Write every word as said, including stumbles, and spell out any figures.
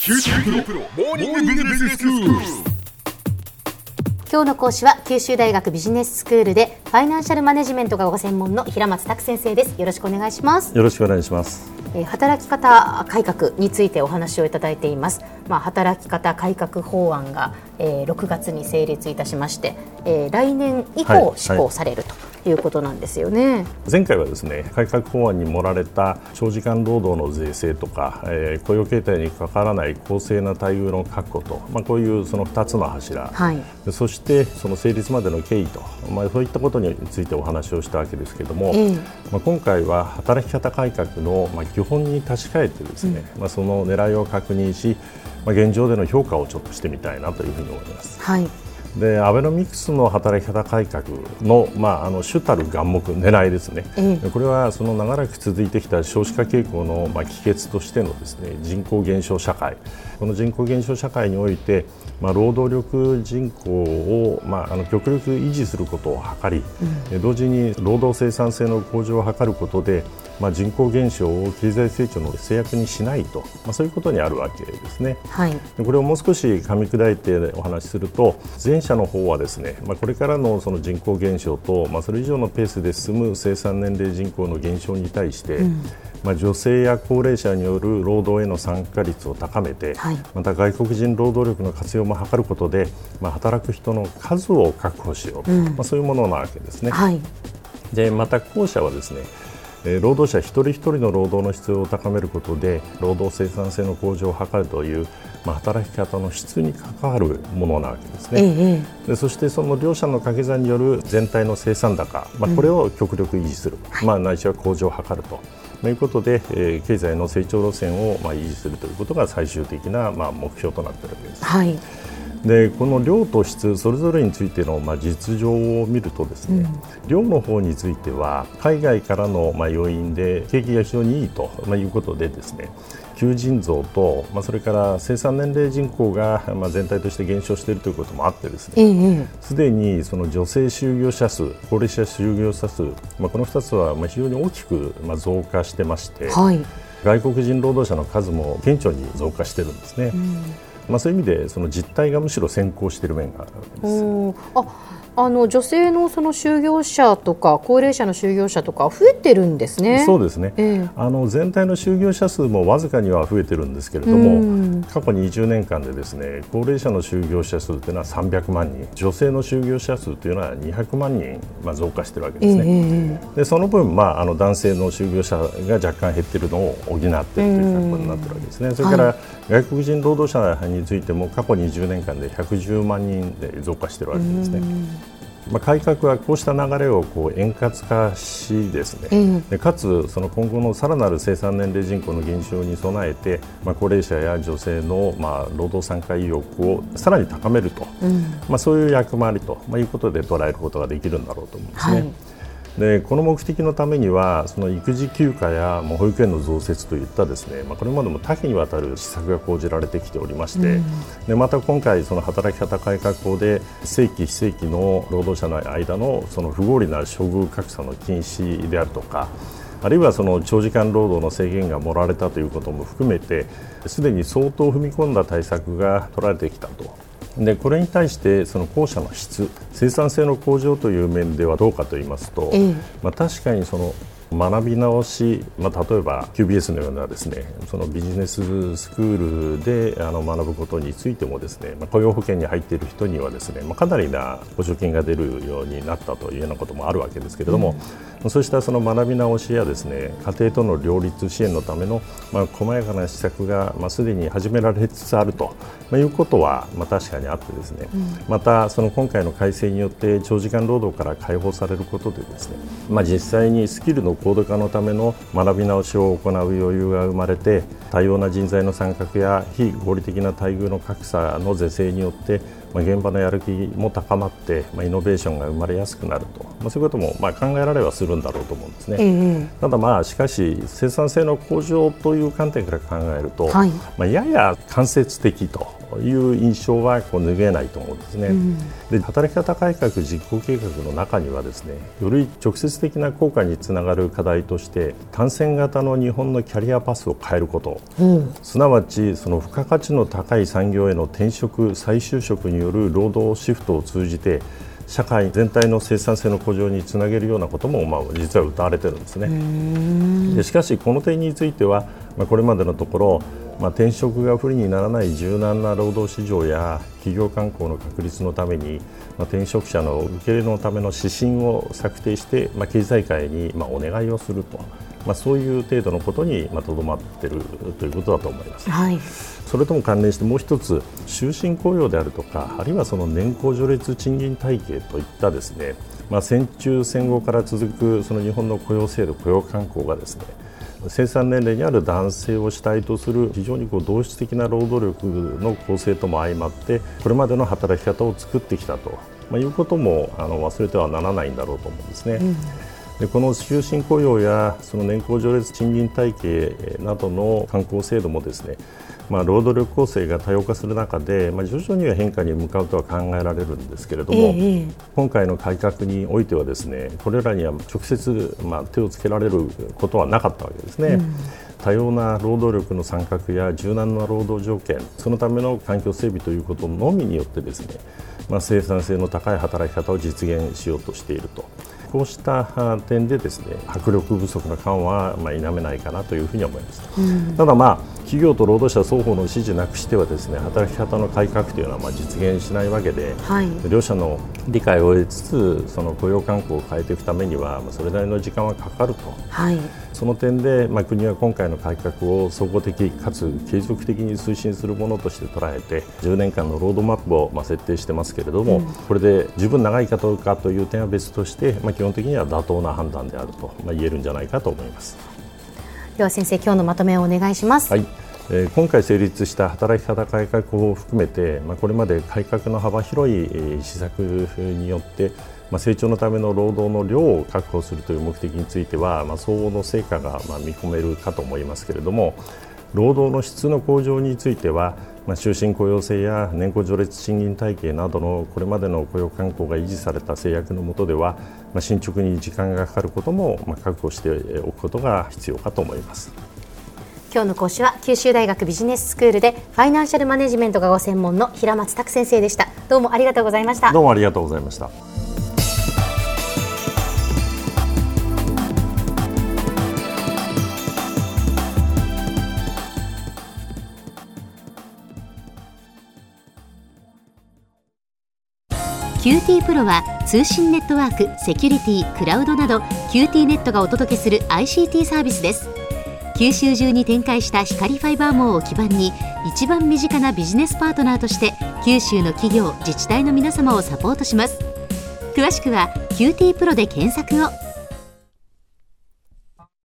キューティープロモーニングビジネススクール。 今日の講師は九州大学ビジネススクールでファイナンシャルマネジメントがご専門の平松卓先生です。よろしくお願いします。 よろしくお願いします。 えー、働き方改革についてお話をいただいています。まあ、働き方改革法案が、えー、ろくがつに成立いたしまして、えー、来年以降施行される、はいはいということなんですよね。 前回はですね、改革法案に盛られた長時間労働の是正とか、えー、雇用形態にかからない公正な待遇の確保と、まあ、こういうそのふたつの柱、はい、そしてその成立までの経緯と、まあ、そういったことについてお話をしたわけですけれども、えーまあ、今回は働き方改革のまあ基本に立ち返ってですね、うんまあ、その狙いを確認し、まあ、現状での評価をちょっとしてみたいなというふうに思います。はいでアベノミクスの働き方改革の、まあ、あの主たる眼目、狙いですね、ええ、これはその長らく続いてきた少子化傾向の、まあ、帰結としてのですね、人口減少社会、この人口減少社会において、まあ、労働力人口を、まあ、あの極力維持することを図り、うん、同時に労働生産性の向上を図ることで、まあ、人口減少を経済成長の制約にしないと、まあ、そういうことにあるわけですね、はい、でこれをもう少し噛み砕いてお話しすると、前者の方はですね、まあ、これからのその人口減少と、まあ、それ以上のペースで進む生産年齢人口の減少に対して、うんまあ、女性や高齢者による労働への参加率を高めて、はい、また外国人労働力の活用も図ることで、まあ、働く人の数を確保しようと、うんまあ、そういうものなわけですね、はい、でまた後者はですね、労働者一人一人の労働の質を高めることで労働生産性の向上を図るという、まあ、働き方の質に関わるものなわけですね、ええ、でそしてその両者の掛け算による全体の生産高、まあ、これを極力維持する、うんまあ、ないしは向上を図るとということで、えー、経済の成長路線を、まあ、維持するということが最終的な、まあ、目標となっているわけです、はいでこの量と質それぞれについての、まあ、実情を見るとですね、うん、量の方については海外からの、まあ、要因で景気が非常にいいと、まあ、いうことでですね、求人増と、まあ、それから生産年齢人口が、まあ、全体として減少しているということもあってですね、すで、うん、にその女性就業者数、高齢者就業者数、まあ、このふたつはまあ非常に大きく、まあ、増加してまして、はい、外国人労働者の数も顕著に増加しているんですね、うんまあ、そういう意味でその実態がむしろ先行している面があるわけです。 ああの女性のその就業者とか高齢者の就業者とか増えてるんですね。 そうですね、えー、あの全体の就業者数もわずかには増えてるんですけれども、過去にじゅうねんかんでですね、高齢者の就業者数というのはさんびゃくまんにん、女性の就業者数というのはにひゃくまんにん、まあ、増加しているわけですね、えー、でその分、まあ、あの男性の就業者が若干減っているのを補っているという格好になっているわけですね。それから、はい、外国人労働者についても過去にじゅうねんかんでひゃくじゅうまんにんで増加しているわけですね。まあ、改革はこうした流れをこう円滑化しですね、うん、でかつその今後のさらなる生産年齢人口の減少に備えて、まあ、高齢者や女性のまあ労働参加意欲をさらに高めると、うんまあ、そういう役回りと、まあ、いうことで捉えることができるんだろうと思うんですね、はい、でこの目的のためにはその育児休暇や保育園の増設といったですね、まあ、これまでも多岐にわたる施策が講じられてきておりまして、うん、でまた今回その働き方改革法で正規非正規の労働者の間のその不合理な処遇格差の禁止であるとか、あるいはその長時間労働の制限が盛られたということも含めてすでに相当踏み込んだ対策が取られてきたと。でこれに対してその後者の質、生産性の向上という面ではどうかと言いますと、ええまあ、確かにその学び直し、まあ、例えば キュービーエス のようなですね、そのビジネススクールであの学ぶことについてもですね、まあ、雇用保険に入っている人にはですね、まあ、かなりな補助金が出るようになったというようなこともあるわけですけれども、うん、そうしたその学び直しやですね、家庭との両立支援のための、まあ、細やかな施策が、まあ、すでに始められつつあると、まあ、いうことは、まあ、確かにあってですね、うん、またその今回の改正によって長時間労働から解放されることでですね、まあ、実際にスキルの高度化のための学び直しを行う余裕が生まれて、多様な人材の参画や非合理的な待遇の格差の是正によって、まあ、現場のやる気も高まって、まあ、イノベーションが生まれやすくなると、まあ、そういうこともまあ考えられはするんだろうと思うんですね、えー、ただまあしかし生産性の向上という観点から考えると、はいまあ、やや間接的という印象はこう拭えないと思うんですね、うん、で働き方改革実行計画の中にはですね、より直接的な効果につながる課題として単線型の日本のキャリアパスを変えること、うん、すなわちその付加価値の高い産業への転職再就職による労働シフトを通じて社会全体の生産性の向上につなげるようなことも、まあ、実は謳われているんですね。でしかしこの点については、まあ、これまでのところ、まあ、転職が不利にならない柔軟な労働市場や企業慣行の確立のために、まあ、転職者の受け入れのための指針を策定して、まあ、経済界にまあお願いをすると、まあ、そういう程度のことにとどまっているということだと思います、はい、それとも関連してもう一つ、終身雇用であるとか、あるいはその年功序列賃金体系といったですね、まあ、戦中戦後から続くその日本の雇用制度、雇用慣行がですね、生産年齢にある男性を主体とする非常にこう同質的な労働力の構成とも相まって、これまでの働き方を作ってきたと、まあ、いうこともあの忘れてはならないんだろうと思うんですね。うん、でこの終身雇用やその年功序列賃金体系などの慣行制度もですね、まあ、労働力構成が多様化する中で、まあ、徐々には変化に向かうとは考えられるんですけれども、えー、今回の改革においてはですね、これらには直接、まあ、手をつけられることはなかったわけですね。うん、多様な労働力の参画や柔軟な労働条件、そのための環境整備ということのみによってですね、まあ、生産性の高い働き方を実現しようとしていると。こうした点でですね、迫力不足な緩和はまあ否めないかなというふうに思います。うん、ただ、まあ、企業と労働者双方の支持なくしてはですね、働き方の改革というのはまあ実現しないわけで、はい、両者の理解を得つつ、その雇用慣行を変えていくためにはそれなりの時間はかかると、はい、その点で、まあ、国は今回の改革を総合的かつ継続的に推進するものとして捉えて、じゅうねんかんのロードマップをまあ設定してますけれども、うん、これで十分長いかどうかという点は別として、まあ、基本的には妥当な判断であると、まあ、言えるんじゃないかと思います。 では先生、今日のまとめをお願いします。 はい、えー、今回成立した働き方改革法を含めて、まあ、これまで改革の幅広い、えー、施策によって、まあ、成長のための労働の量を確保するという目的については、まあ、相応の成果がまあ見込めるかと思いますけれども、労働の質の向上については、まあ、終身雇用制や年功序列賃金体系などのこれまでの雇用慣行が維持された制約の下では、まあ、進捗に時間がかかることもまあ確保しておくことが必要かと思います。 今日の講師は九州大学ビジネススクールでファイナンシャルマネジメントがご専門の平松卓先生でした。どうもありがとうございました。 どうもありがとうございました。 キューティー プロは通信ネットワーク、セキュリティ、クラウドなど キューティー ネットがお届けする アイシーティー サービスです。九州中に展開した光ファイバー網を基盤に一番身近なビジネスパートナーとして九州の企業、自治体の皆様をサポートします。詳しくは キューティー プロで検索を。